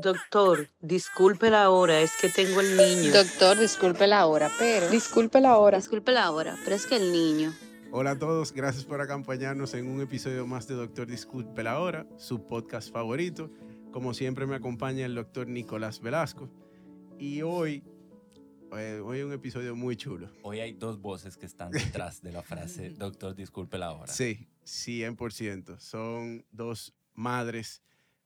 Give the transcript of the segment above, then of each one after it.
Doctor, disculpe la hora, es que tengo el niño. Doctor, disculpe la hora, pero... Disculpe la hora. Disculpe la hora, pero es que el niño... Hola a todos, gracias por acompañarnos en un episodio más de Doctor Disculpe la Hora, su podcast favorito. Como siempre me acompaña el doctor Nicolás Velasco y hoy hay un episodio muy chulo. Hoy hay dos voces que están detrás de la frase Doctor Disculpe la hora. Sí, 100%. Son dos madres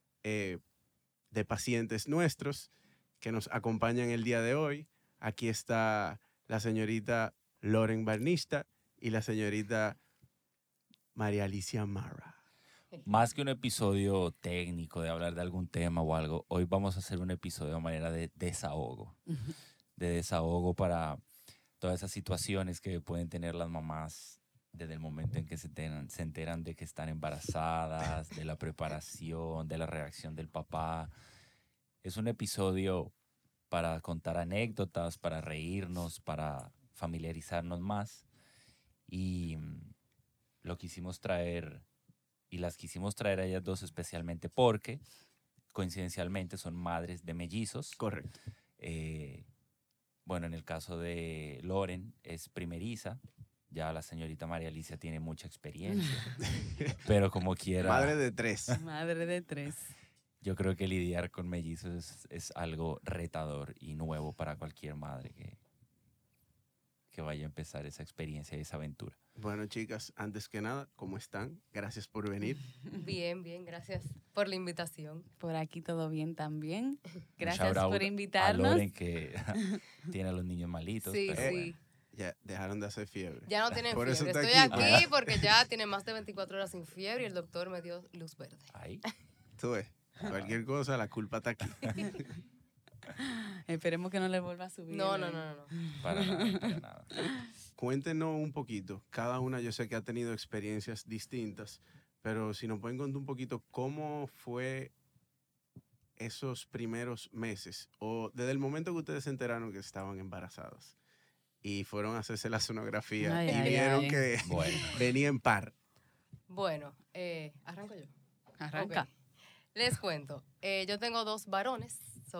de pacientes nuestros que nos acompañan el día de hoy. Aquí está la señorita Loren Barnista y la señorita María Alicia Mara. Más que un episodio técnico de hablar de algún tema o algo, hoy vamos a hacer un episodio de manera de desahogo. De desahogo para todas esas situaciones que pueden tener las mamás desde el momento en que se enteran de que están embarazadas, de la preparación, de la reacción del papá. Es un episodio para contar anécdotas, para reírnos, para familiarizarnos más. Y lo quisimos traer, y las quisimos traer a ellas dos especialmente porque, coincidencialmente, son madres de mellizos. Correcto. Bueno, en el caso de Loren es primeriza. Ya la señorita María Alicia tiene mucha experiencia. Pero como quiera... Madre de tres. Madre de tres. Yo creo que lidiar con mellizos es algo retador y nuevo para cualquier madre que vaya a empezar esa experiencia y esa aventura. Bueno, chicas, antes que nada, ¿cómo están? Gracias por venir. Bien, gracias por la invitación. Por aquí todo bien también. Un Gracias shout out por A invitarnos. Loren que tiene a los niños malitos. Sí, pero sí. bueno. Ya dejaron de hacer fiebre. Ya no tienen Por eso fiebre. está Estoy aquí. aquí porque ya tiene más de 24 horas sin fiebre y el doctor me dio luz verde. Ahí. Tú ves, cualquier cosa, la culpa está aquí. Esperemos que no le vuelva a subir. No. Para nada, para nada. Cuéntenos un poquito, cada una yo sé que ha tenido experiencias distintas, pero si nos pueden contar un poquito cómo fue esos primeros meses o desde el momento que ustedes se enteraron que estaban embarazadas y fueron a hacerse la sonografía Ay, y ay, vieron ay. que Bueno. venía en par. Bueno, arranco yo. Arranca. Ok. Les cuento. Yo tengo dos varones.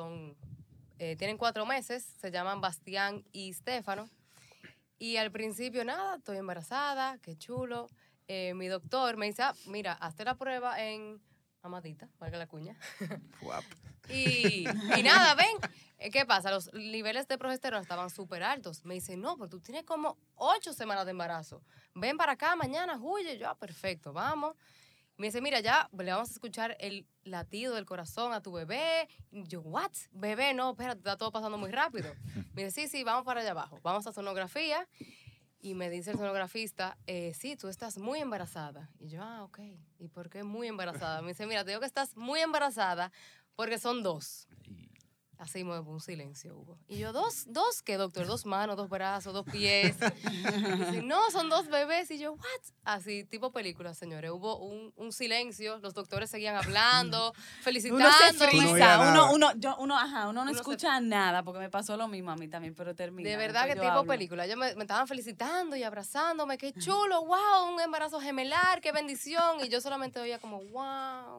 Tienen 4 meses. Se llaman Bastián y Stefano. Y al principio, nada, estoy embarazada, qué chulo. Mi doctor me dice, mira, hazte la prueba en Amadita, valga la cuña. Guap. Y nada, ven, ¿qué pasa? Los niveles de progesterona estaban súper altos. Me dice, no, pero tú tienes como 8 semanas de embarazo. Ven para acá mañana, huye. Yo, perfecto, vamos. Me dice, mira, ya le vamos a escuchar el latido del corazón a tu bebé. Y yo, ¿what? Bebé, no, espérate, está todo pasando muy rápido. Me dice, sí, vamos para allá abajo. Vamos a sonografía. Y me dice el sonografista, sí, tú estás muy embarazada. Y yo, ok. ¿Y por qué muy embarazada? Me dice, mira, te digo que estás muy embarazada porque son 2. Así un silencio hubo. Y yo, ¿dos qué, doctor? 2 manos, 2 brazos, 2 pies. Y dice, no, son 2 bebés. Y yo, ¿what? Así, tipo película, señores. Hubo un silencio, los doctores seguían hablando, felicitando. Uno se Tú no frisa, oías nada. uno no Uno escucha nada, porque me pasó lo mismo a mí también, pero termina. De verdad que después yo tipo hablo. película. Ellos me estaban felicitando y abrazándome. Qué chulo, wow, un embarazo gemelar, qué bendición. Y yo solamente oía como, wow.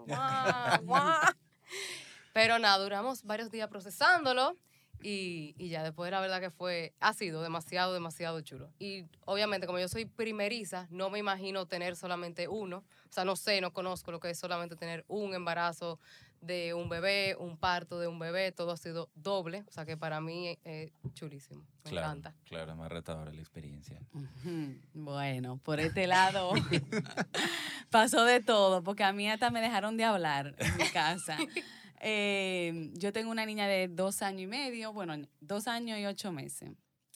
Pero nada, duramos varios días procesándolo y ya después la verdad que ha sido demasiado chulo. Y obviamente como yo soy primeriza, no me imagino tener solamente uno. O sea, no conozco lo que es solamente tener un embarazo de un bebé, un parto de un bebé, todo ha sido doble. O sea que para mí es chulísimo, me encanta. Claro, es más retadora la experiencia. Ujú. Bueno, por este lado pasó de todo, porque a mí hasta me dejaron de hablar en mi casa. Yo tengo una niña de 2 años y medio, 2 años y 8 meses.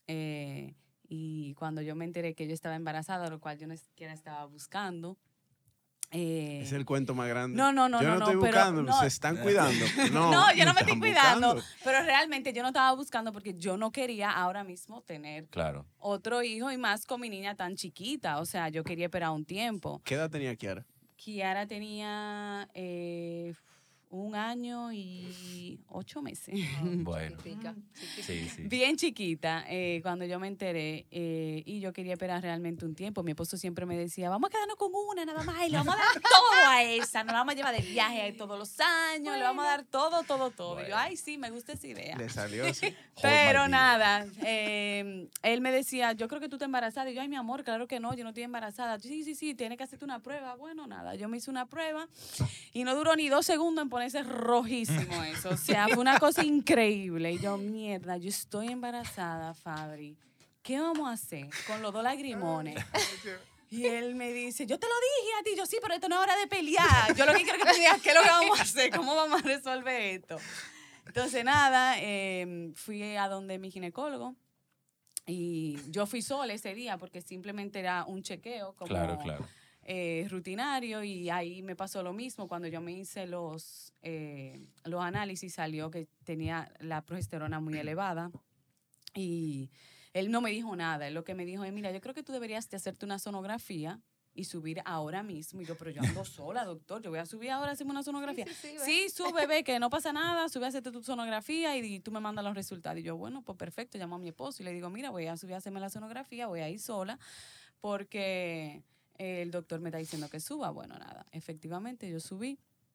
Y cuando yo me enteré que yo estaba embarazada, lo cual yo ni siquiera estaba buscando. Es el cuento más grande. No, Yo no estoy pero buscando, no. se están cuidando. No, yo no me están estoy cuidando, buscando. pero realmente yo no estaba buscando porque yo no quería ahora mismo tener Claro. otro hijo y más con mi niña tan chiquita. O sea, yo quería esperar un tiempo. ¿Qué edad tenía Kiara? Kiara tenía 1 año y 8 meses. Bueno, Chiquitica, chiquitica. sí, sí. Bien chiquita, cuando yo me enteré, y yo quería esperar realmente un tiempo. Mi esposo siempre me decía, vamos a quedarnos con una nada más y le vamos a dar todo a esa, nos la vamos a llevar de viaje todos los años, le vamos a dar todo, todo, todo. Y yo, Bueno. ay, sí, me gusta esa idea. Le salió así. Pero Hold my nada, él me decía, yo creo que tú estás embarazada. Y yo, ay, mi amor, claro que no, yo no estoy embarazada. Sí, sí, sí, tienes que hacerte una prueba. Bueno, nada, yo me hice una prueba y no duró ni 2 segundos en ponerse rojísimo eso. O sea, fue una cosa increíble. Y yo, mierda, yo estoy embarazada, Fabri. ¿Qué vamos a hacer con los 2 lagrimones? Y él me dice, yo te lo dije a ti. Yo, sí, pero esto no es hora de pelear. Yo lo que quiero es que tú digas qué es lo que vamos a hacer, cómo vamos a resolver esto. Entonces, nada, fui a donde mi ginecólogo y yo fui sola ese día porque simplemente era un chequeo como Claro, claro. rutinario, y ahí me pasó lo mismo. Cuando yo me hice los análisis, salió que tenía la progesterona muy elevada y él no me dijo nada. Él lo que me dijo es, mira, yo creo que tú deberías de hacerte una sonografía y subir ahora mismo. Y yo, pero yo ando sola, doctor, yo voy a subir ahora a hacerme una sonografía. Sí, sube, ve, que no pasa nada, sube a hacerte tu sonografía y tú me mandas los resultados. Y yo, bueno, pues perfecto, llamo a mi esposo y le digo, mira, voy a subir a hacerme la sonografía, voy a ir sola porque el doctor me está diciendo que suba. Bueno, nada, efectivamente yo subí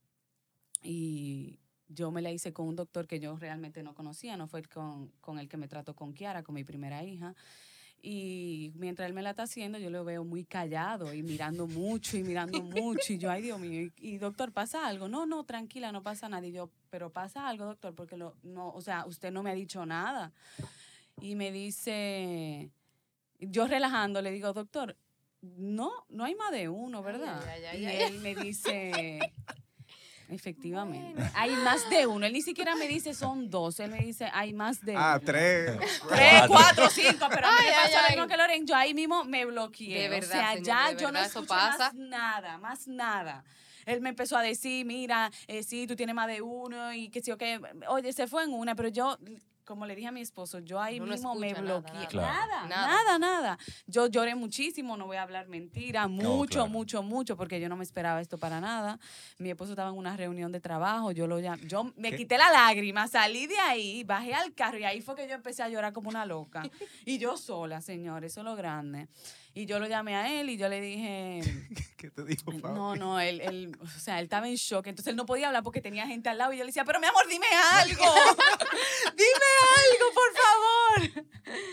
y yo me la hice con un doctor que yo realmente no conocía, no fue con el que me trató con Kiara, con mi primera hija. Y mientras él me la está haciendo, yo lo veo muy callado y mirando mucho. Y yo, ay, Dios mío, y doctor, ¿pasa algo? No, no, tranquila, no pasa nada. Y yo, pero pasa algo, doctor, porque no, o sea, usted no me ha dicho nada. Y me dice, yo relajando, le digo, doctor, no hay más de uno, ¿verdad? Y él me dice, efectivamente, Bueno. hay más de uno. Él ni siquiera me dice son 2, él me dice hay más de Ah, uno. 3. 3, 4, 5, pero a mí Ay, me pasó ay, lo ay. mismo que Loren. Yo ahí mismo me bloqueé. De verdad, o sea, señor, ya de yo no verdad, eso escuché pasa. más nada. Él me empezó a decir, mira, sí, tú tienes más de uno y que sí o qué. Oye, se fue en una, pero yo, como le dije a mi esposo, yo ahí Uno no mismo me escucha nada, bloqueé. nada. Claro. Nada. Yo lloré muchísimo, no voy a hablar mentira, mucho, claro. mucho, porque yo no me esperaba esto para nada. Mi esposo estaba en una reunión de trabajo, yo me ¿Qué? quité la lágrima, salí de ahí, bajé al carro y ahí fue que yo empecé a llorar como una loca. Y yo sola, señor, eso es lo grande. Y yo lo llamé a él y yo le dije, ¿Qué te dijo, Fabri? no, él, o sea, él estaba en shock, entonces él no podía hablar porque tenía gente al lado y yo le decía, pero mi amor, dime algo, dime algo, por favor.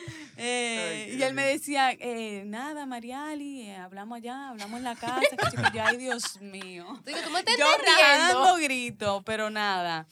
Ay, Y él me decía, nada, Mariali, hablamos allá, hablamos en la casa, que chico, yo, ay, Dios mío. Digo, tú me estás Yo entendiendo. dando grito, pero nada.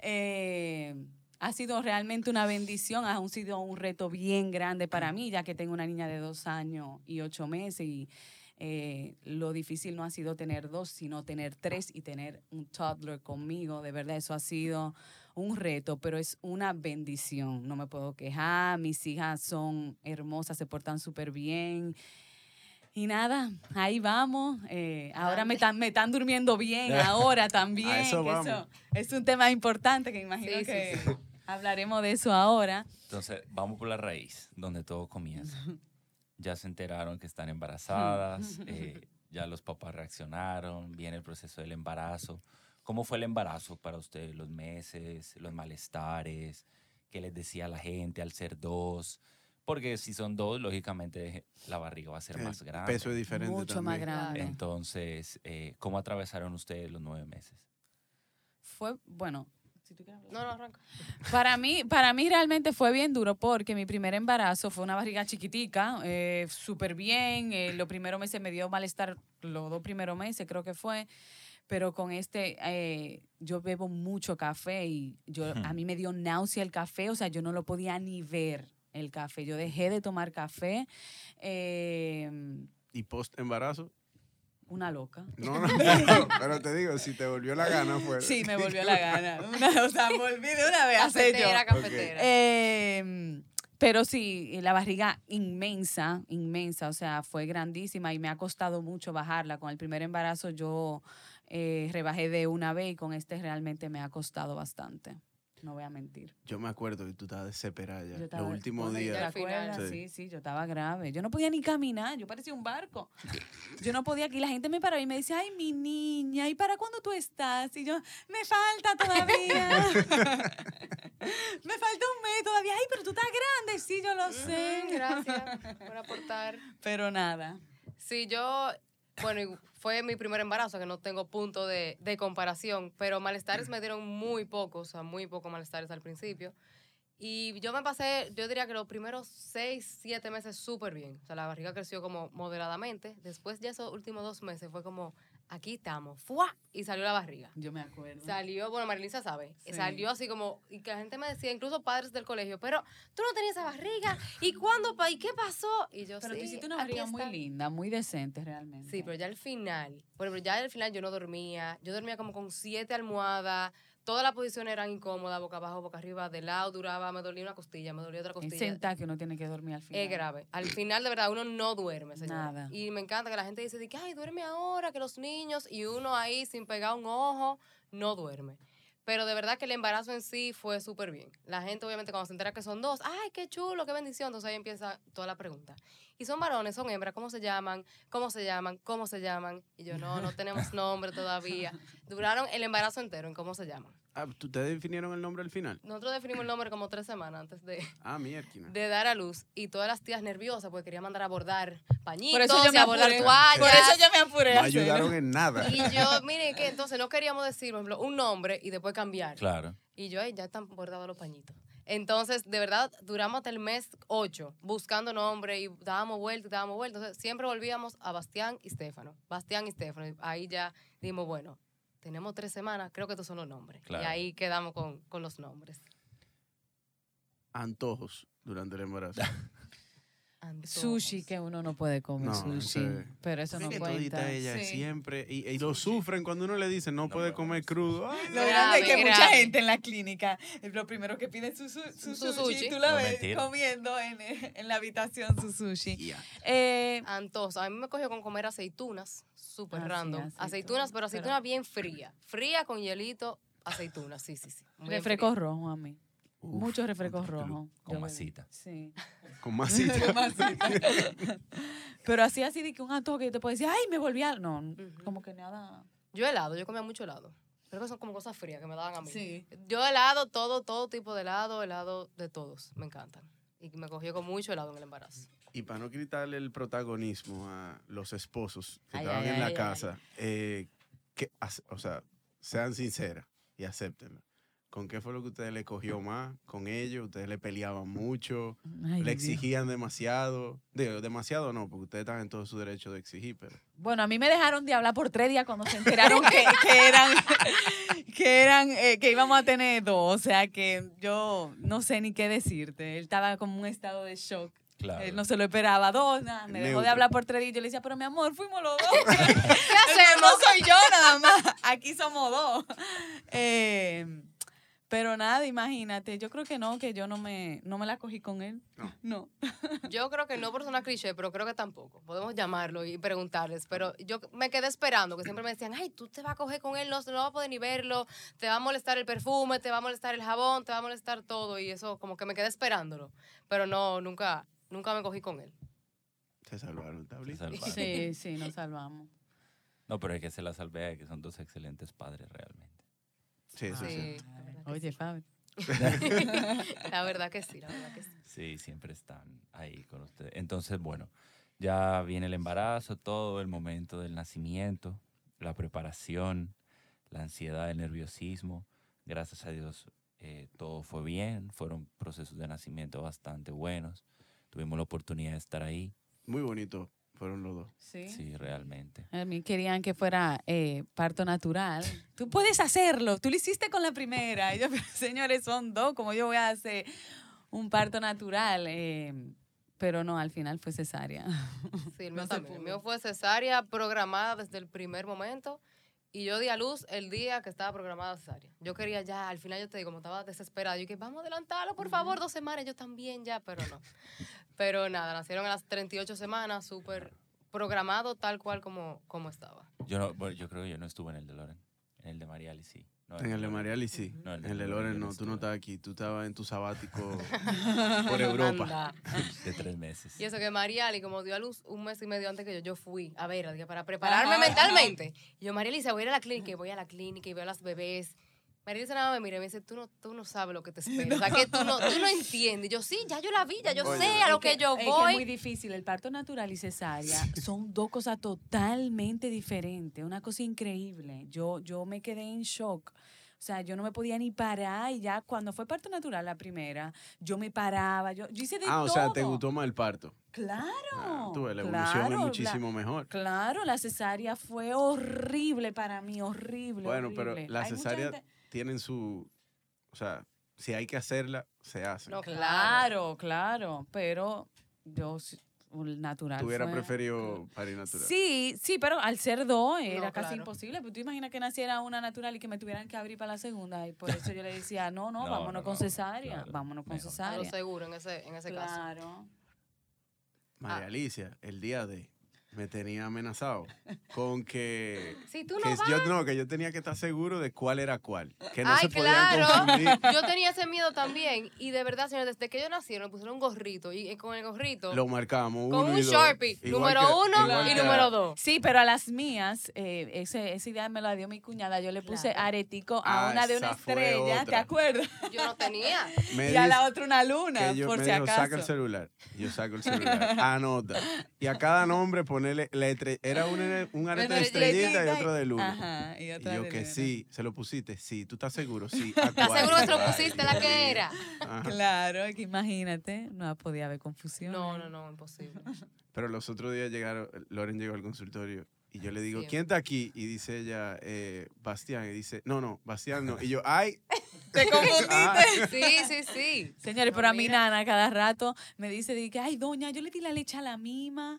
Ha sido realmente una bendición, ha sido un reto bien grande para mí, ya que tengo una niña de 2 años y 8 meses y lo difícil no ha sido tener 2, sino tener 3 y tener un toddler conmigo. De verdad, eso ha sido un reto, pero es una bendición. No me puedo quejar, mis hijas son hermosas, se portan súper bien. Y nada, ahí vamos. Ahora me están durmiendo bien, ahora también. A eso que vamos. es un tema importante que imagino Sí, sí, que sí. hablaremos de eso ahora. Entonces, vamos por la raíz, donde todo comienza. Ya se enteraron que están embarazadas, ya los papás reaccionaron, viene el proceso del embarazo. ¿Cómo fue el embarazo para ustedes? Los meses, los malestares, ¿qué les decía la gente al ser 2? Porque si son 2, lógicamente la barriga va a ser más El grande. peso es diferente Mucho también. más grande. Entonces, ¿cómo atravesaron ustedes los 9 meses? Fue, bueno, si tú quieres hablar. No, arranca. Para mí realmente fue bien duro porque mi primer embarazo fue una barriga chiquitica, súper bien. Los primeros meses me dio malestar, los 2 primeros meses creo que fue, pero con yo bebo mucho café y a mí me dio náusea el café, o sea, yo no lo podía ni ver el café. Yo dejé de tomar café, ¿Y post embarazo? una loca. No, pero te digo, si te volvió la gana fue. Sí, me volvió la gana. O sea, volví de una vez a hacer yo. Cafetera. Pero sí, la barriga inmensa, o sea, fue grandísima y me ha costado mucho bajarla. Con el primer embarazo yo rebajé de una vez y con este realmente me ha costado bastante. no voy a mentir. Yo me acuerdo que tú estabas desesperada ya. Yo Los estaba- últimos bueno, ¿te días. al final. acuerdas? Sí. Sí, yo estaba grave. Yo no podía ni caminar, yo parecía un barco. Yo no podía, y la gente me paraba y me decía, ay, mi niña, ¿y para cuándo tú estás? Y yo, me falta todavía. Me falta un mes todavía. Ay, pero tú estás grande. Sí, yo lo sé. Gracias por aportar. Pero nada. Sí, bueno, y fue mi primer embarazo, que no tengo punto de comparación, pero malestares me dieron muy pocos, o sea, muy pocos malestares al principio. Y yo me pasé, yo diría que los primeros 6, 7 meses súper bien. O sea, la barriga creció como moderadamente. Después ya esos últimos 2 meses fue como, aquí estamos, ¡fua! Y salió la barriga. Yo me acuerdo. Salió, bueno, Marilisa sabe, Sí. salió así como, y que la gente me decía, incluso padres del colegio, pero tú no tenías esa barriga, ¿y cuándo, y qué pasó? Y yo, Pero sí, tú hiciste una aquí barriga muy está. linda, muy decente realmente. Sí, pero ya al final, yo no dormía, yo dormía como con 7 almohadas, todas las posiciones eran incómodas, boca abajo, boca arriba, de lado duraba, me dolía una costilla, me dolía otra Es costilla. sentar que uno tiene que dormir al final. Es grave. Al final, de verdad, uno no duerme, señora. Nada. Y me encanta que la gente dice, de que, ay, duerme ahora, que los niños, y uno ahí sin pegar un ojo, no duerme. Pero de verdad que el embarazo en sí fue súper bien. La gente, obviamente, cuando se entera que son 2, ay, qué chulo, qué bendición, entonces ahí empieza toda la pregunta. ¿Y son varones, son hembras? ¿Cómo se llaman? ¿Cómo se llaman? ¿Cómo se llaman? Y yo, no tenemos nombre todavía. Duraron el embarazo entero en cómo se llaman. Ah, ¿ustedes definieron el nombre al final? Nosotros definimos el nombre como 3 semanas antes Ah, mierda. de dar a luz, y todas las tías nerviosas porque querían mandar a bordar pañitos, Por eso yo me y a bordar apuré. toallas. Por eso yo me apuré No a hacerlo. ayudaron en nada. Y yo, miren, que entonces no queríamos decir, por ejemplo, un nombre y después cambiar. Claro. Y yo, ay, ya están bordados los pañitos. Entonces, de verdad, duramos hasta el mes 8 buscando nombre y dábamos vueltas. Entonces, siempre volvíamos a Bastián y Stefano. Y ahí ya dijimos, bueno, tenemos 3 semanas, creo que estos son los nombres. Claro. Y ahí quedamos con los nombres. Antojos durante el embarazo. Antojos. Sushi, que uno no puede comer No, sushi. ese- Pero eso no Que cuenta. todita ella Sí. siempre. Y lo sufren cuando uno le dice no puede comer crudo. Ay, Lo Grave, grande es que mucha grave. gente en la clínica, lo primero que pide es su sushi. Tú lo No, ves mentira. comiendo en la habitación su sushi. ya. Antojos. A mí me cogió con comer aceitunas, súper Ah, sí, random. aceitunas, Aceitunas, pero pero- aceitunas bien fría. Fría con hielito, aceitunas, sí. Muy bien Refresco fría. rojo a mí. Uf, Muchos refrescos con- rojos. con Yo bebí. masita. Sí. Con masita. Con masita. Pero así de que un antojo que yo te puedo decir, ay, me volví a... No, Ujú. como que nada. Yo helado, yo comía mucho helado. Creo que son como cosas frías que me daban a mí. Sí. Yo helado, todo tipo de helado de todos, me encantan. Y me cogió con mucho helado en el embarazo. Y para no quitarle el protagonismo a los esposos que Ay, estaban ay, en la ay, casa, o sea, sean sinceras y acéptenlo. ¿Con qué fue lo que ustedes le cogió más? ¿Con ellos? ¿Ustedes le peleaban mucho? Ay, ¿Le Dios mío. exigían demasiado? Digo, demasiado no, porque ustedes están en todo su derecho de exigir, pero... Bueno, a mí me dejaron de hablar por 3 días cuando se enteraron que íbamos a tener 2. O sea que yo no sé ni qué decirte. Él estaba como en un estado de shock. Claro. Él no se lo esperaba. 2, nada. Me dejó de Neutro. hablar por 3 días. Yo le decía, pero mi amor, fuimos los 2. ¿Qué No hacemos? soy yo nada más. Aquí somos 2. Pero nada, imagínate. Yo creo que no, que yo no me la cogí con él. No. Yo creo que no por sonar cliché, pero creo que tampoco. Podemos llamarlo y preguntarles. Pero yo me quedé esperando, que siempre me decían, ay, tú te vas a coger con él, no vas a poder ni verlo, te va a molestar el perfume, te va a molestar el jabón, te va a molestar todo. Y eso, como que me quedé esperándolo. Pero no, nunca me cogí con él. Se salvaron, Se tablita. salvaron. Sí, sí, nos salvamos. No, pero es que se la salvé, que son 2 excelentes padres realmente. Sí, eso sí. Sí, la verdad que Oye, Fabi. La verdad que sí, la verdad que sí. Sí, siempre están ahí con ustedes. Entonces, bueno, ya viene el embarazo, todo el momento del nacimiento, la preparación, la ansiedad, el nerviosismo. Gracias a Dios todo fue bien, fueron procesos de nacimiento bastante buenos. Tuvimos la oportunidad de estar ahí. Muy bonito fueron los dos. Sí. Sí, realmente. A mí querían que fuera parto natural. Tú puedes hacerlo, tú lo hiciste con la primera. Y yo, pero, señores, son 2, como yo voy a hacer un parto natural. Pero no, al final fue cesárea. Sí, el No mío se también. El pudo. mío fue cesárea programada desde el primer momento y yo di a luz el día que estaba programada cesárea. Yo quería ya, al final yo te digo, como estaba desesperada, yo dije, vamos a adelantarlo, por favor, 2 semanas, yo también ya, pero no. Pero nada, nacieron a las 38 semanas, súper programado tal cual como estaba. Yo creo que yo no estuve en el de Loren, en el de Mariali sí. No, En el de Mariali sí. No, En el de Loren no. Tú no estuve. estás aquí. Tú estabas en tu sabático por Europa. Anda. De 3 meses. Y eso que Mariali, como dio a luz un mes y medio antes que yo fui a ver, dije, para prepararme mentalmente. Y yo, Mariali, voy a ir a la clínica, y voy a la clínica y veo a las bebés. Marieli nada me mira y me dice, tú no sabes lo que te espera. O sea, que tú no entiendes. Y yo, sí, ya yo la vi, ya yo Oye, sé a lo que yo Es que es voy. muy difícil. El parto natural y cesárea son dos cosas totalmente diferentes. Una cosa increíble. Yo me quedé en shock. O sea, yo no me podía ni parar y ya cuando fue parto natural la primera, yo me paraba, yo hice de todo. O sea, ¿te gustó más el parto? Claro. Tú ves, la evolución es claro, muchísimo mejor. Claro, la cesárea fue horrible para mí, horrible. Bueno, pero horrible. la Hay mucha cesárea gente- tienen su... O sea, si hay que hacerla, se hace. No, Claro, pero yo el natural ¿Tú hubieras fue- preferido parir natural? Sí, pero al ser dos era casi claro. imposible. Pero tú imaginas que naciera una natural y que me tuvieran que abrir para la segunda. Y por eso yo le decía, no, No, vámonos con no, cesárea. claro, Vámonos con mejor. A lo cesárea. seguro en ese caso. Claro. María Alicia, el día de... Me tenía amenazado con que... Si tú no que vas. que yo tenía que estar seguro de cuál era cuál. Que no Ay, se podían claro. confundir. Yo tenía ese miedo también. Y de verdad, señores, desde que ellos nacieron, me pusieron un gorrito. Y con el gorrito, Lo marcamos. con uno un y dos. Sharpie. Igual Número que- 1 igual y que- número 2. Sí, pero a las mías, esa idea me la dio mi cuñada. Yo le puse Claro. aretico a una de una esa fue estrella, ¿te otra. acuerdas? Yo no tenía. Me Y a la dice otra una luna, que yo por me si dijo, acaso. saca el celular. Yo saco el celular. Anota. Y a cada nombre ponerle la era un arete de estrellita y otro de luna. Ajá, y Y otra yo de que luna. sí, se lo pusiste, sí, tú estás seguro, sí. ¿Estás seguro que se lo pusiste la que era? Ajá. Claro, que imagínate, no podía haber confusión. No, imposible. Pero los otros días Loren llegó al consultorio y yo le digo, Siempre. ¿quién está aquí? Y dice ella, Bastián. Y dice, no, Bastián no. Y yo, ay. Te confundiste. Sí. Señores, No, pero a mi mira. nana cada rato me dice, de que, ay, doña, yo le di la leche a la mima.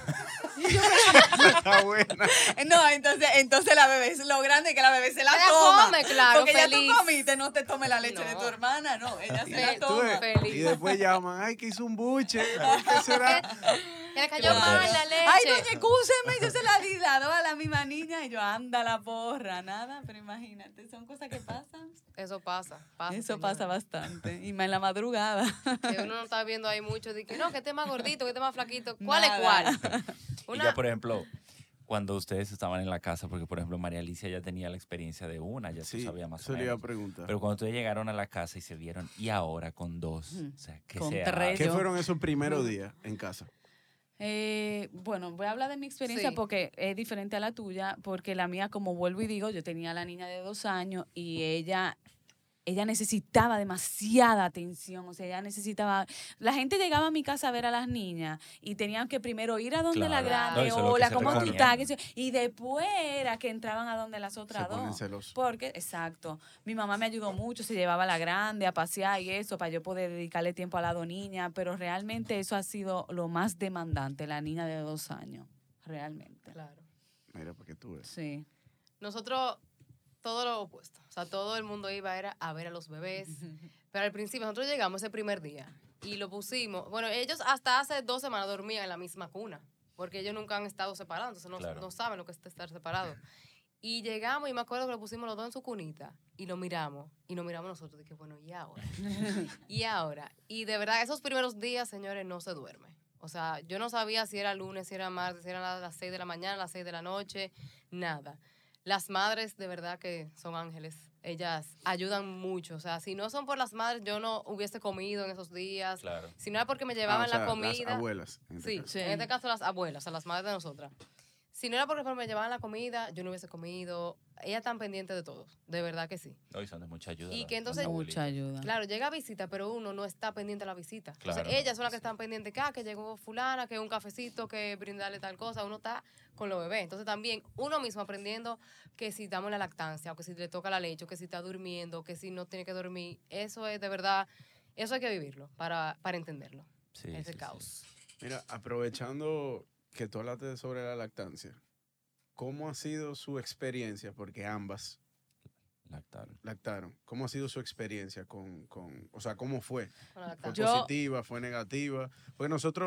Está buena. No, entonces la bebé, es lo grande que la bebé se la Se la toma. come, claro, Porque ya feliz. tú comiste, no te tome la leche de No. tu hermana, no, ella se la Tú Tú ves, toma. Feliz. y después llaman, ay, que hizo un buche. Ay, ¿qué será? Que le cayó Claro. mal la leche. Ay, doña, excúseme, yo se la di la dos a la misma niña y yo, anda la porra, nada, pero imagínate, son cosas que pasan. Eso pasa. Eso señora. pasa bastante, y más en la madrugada. Que uno no está viendo ahí mucho. De que no, que esté más gordito, que esté más flaquito. ¿Cuál es Nada. cuál? Y ya, por ejemplo, cuando ustedes estaban en la casa, porque, por ejemplo, María Alicia ya tenía la experiencia de una, ya Sí, tú sabías más eso o le iba a menos. preguntar. Pero cuando ustedes llegaron a la casa y se vieron, y ahora con dos, Ujú. o sea, ¿qué Con se tres. hace? ¿Qué yo- fueron esos primeros días en casa? Bueno, voy a hablar de mi experiencia Sí. porque es diferente a la tuya, porque la mía, como vuelvo y digo, yo tenía a la niña de 2 años y ella necesitaba demasiada atención, o sea, ella necesitaba... La gente llegaba a mi casa a ver a las niñas y tenían que primero ir a donde la Claro. grande, No, eso es lo que hola, se ¿cómo tú recomienda. estás? Qué sé yo, y después era que entraban a donde las Se otras ponen dos. celosos. Porque, exacto, mi mamá me ayudó mucho, se llevaba a la grande a pasear y eso, para yo poder dedicarle tiempo a la dos niñas, pero realmente eso ha sido lo más demandante, la niña de 2 años, realmente. Claro. Mira, para que tú ves. Sí. Nosotros, todo lo opuesto. O sea, todo el mundo iba era a ver a los bebés. Pero al principio, nosotros llegamos ese primer día y lo pusimos. Bueno, ellos hasta hace 2 semanas dormían en la misma cuna, porque ellos nunca han estado separados, entonces no, Claro. no saben lo que es estar separados. Y llegamos y me acuerdo que lo pusimos los dos en su cunita y lo miramos. Y nos miramos nosotros. Dije, bueno, ¿y ahora? ¿Y ahora? Y de verdad, esos primeros días, señores, no se duerme. O sea, yo no sabía si era lunes, si era martes, si eran las 6 de la mañana, las 6 de la noche, nada. Las madres, de verdad que son ángeles. Ellas ayudan mucho. O sea, si no son por las madres, yo no hubiese comido en esos días. Claro. Si no era porque me llevaban o sea, la comida. Las abuelas. en este Sí, caso. Sí. en este caso las abuelas, o sea, las madres de nosotras. Si no era porque me llevaban la comida, yo no hubiese comido. Ellas están pendientes de todo, de verdad que sí. No, y son de mucha ayuda. Y las- que las entonces- abuelitas. Mucha ayuda. Claro, llega visita, pero uno no está pendiente de la visita. Claro, Entonces, ellas son las que sí. están pendientes, que llegó fulana, que un cafecito, que brindarle tal cosa. Uno está con los bebés. Entonces, también uno mismo aprendiendo que si damos la lactancia, o que si le toca la leche, o que si está durmiendo, que si no tiene que dormir. Eso es de verdad, eso hay que vivirlo para entenderlo. Sí, Ese sí, sí. caos. Mira, aprovechando que tú hablaste sobre la lactancia, ¿cómo ha sido su experiencia? Porque ambas Lactaron. lactaron. ¿Cómo ha sido su experiencia o sea, cómo fue? Con la ¿Fue lactancia. Yo- positiva? ¿Fue negativa? Porque nosotros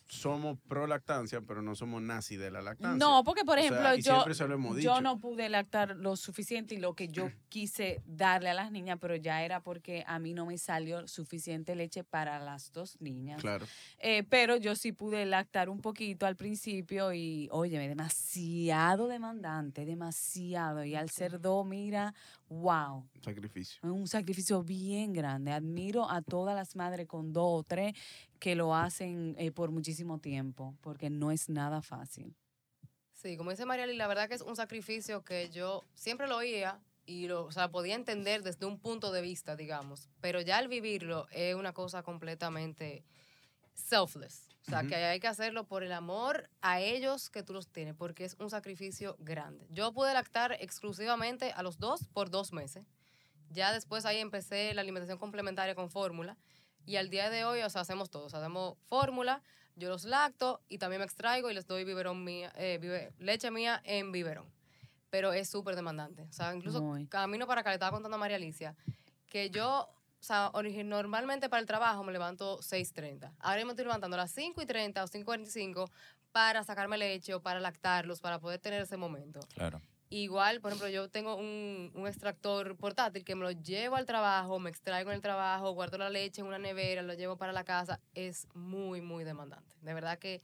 somos pro lactancia, pero no somos nazi de la lactancia. No, porque por O sea, ejemplo, y siempre se lo hemos yo dicho. no pude lactar lo suficiente y lo que yo quise darle a las niñas, pero ya era porque a mí no me salió suficiente leche para las 2 niñas. Claro. Pero yo sí pude lactar un poquito al principio y, óyeme, demasiado demandante, demasiado. Y al ser 2, mira, wow. Sacrificio. Es un sacrificio bien grande. Admiro a todas las madres con 2 o 3 que lo hacen por muchísimo tiempo, porque no es nada fácil. Sí, como dice Mariali, la verdad que es un sacrificio que yo siempre lo oía y o sea, podía entender desde un punto de vista, digamos, pero ya al vivirlo es una cosa completamente selfless. O sea, Ujú. que hay que hacerlo por el amor a ellos que tú los tienes, porque es un sacrificio grande. Yo pude lactar exclusivamente a los 2 por 2 meses. Ya después ahí empecé la alimentación complementaria con fórmula. Y al día de hoy, o sea, hacemos todo. O sea, hacemos fórmula, yo los lacto y también me extraigo y les doy biberón mía, leche mía en biberón. Pero es súper demandante. O sea, incluso Muy. camino para acá, le estaba contando a María Alicia, que yo, o sea, normalmente para el trabajo me levanto 6:30. Ahora me estoy levantando a las 5:30 o 5:45 para sacarme leche o para lactarlos, para poder tener ese momento. Claro. Igual, por ejemplo, yo tengo un extractor portátil que me lo llevo al trabajo, me extraigo en el trabajo, guardo la leche en una nevera, lo llevo para la casa. Es muy, muy demandante. De verdad que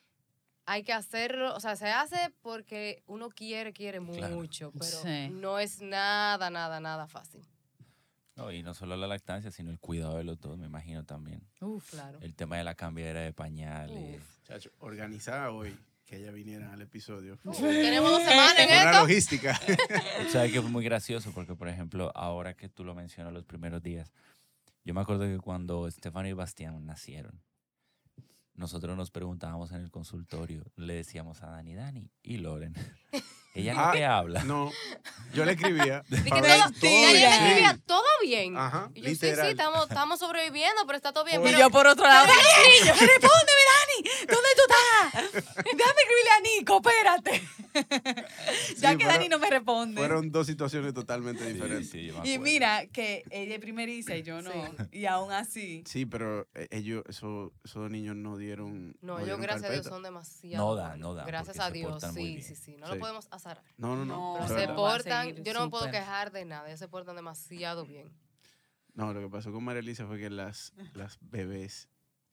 hay que hacerlo, o sea, se hace porque uno quiere Claro. mucho, pero Sí. no es nada, nada, nada fácil. No, y no solo la lactancia, sino el cuidado de los dos, me imagino también. Uf, claro. El tema de la cambiadera de pañales. Chacho, organizada hoy que ella viniera al episodio. Tenemos 2 semanas en Fue una esto. logística. O sea, que fue muy gracioso porque, por ejemplo, ahora que tú lo mencionas los primeros días, yo me acuerdo que cuando Estefano y Bastián nacieron, nosotros nos preguntábamos en el consultorio, le decíamos a Dani, ¿y Loren? Ella no Ah, te habla. No, yo le escribía. Dije, para ver todo, todo Daniel bien. escribía, todo bien. Ajá, Y yo, literal. sí, estamos sobreviviendo, pero está todo bien. Por- Y Pero yo por otro lado, respóndeme, Dani, ¿dónde tú estás? Déjame escribirle a Nico, espérate. Ya Sí, que Dani no me responde. Fueron 2 situaciones totalmente Sí, diferentes. sí, yo me Y acuerdo. mira que ella es primeriza y yo no. Sí. Y aún así. Sí, pero esos 2 niños no dieron. no, no ellos dieron gracias a Dios carpeta. son demasiado No dan, buenos. no dan, Gracias porque a se Dios, portan muy sí, bien. sí, sí. No Sí. lo podemos azarar. No. No, Pero Pero se va a portan, seguir yo no me puedo súper. quejar de nada, ellos se portan demasiado bien. No, lo que pasó con María Elisa fue que las bebés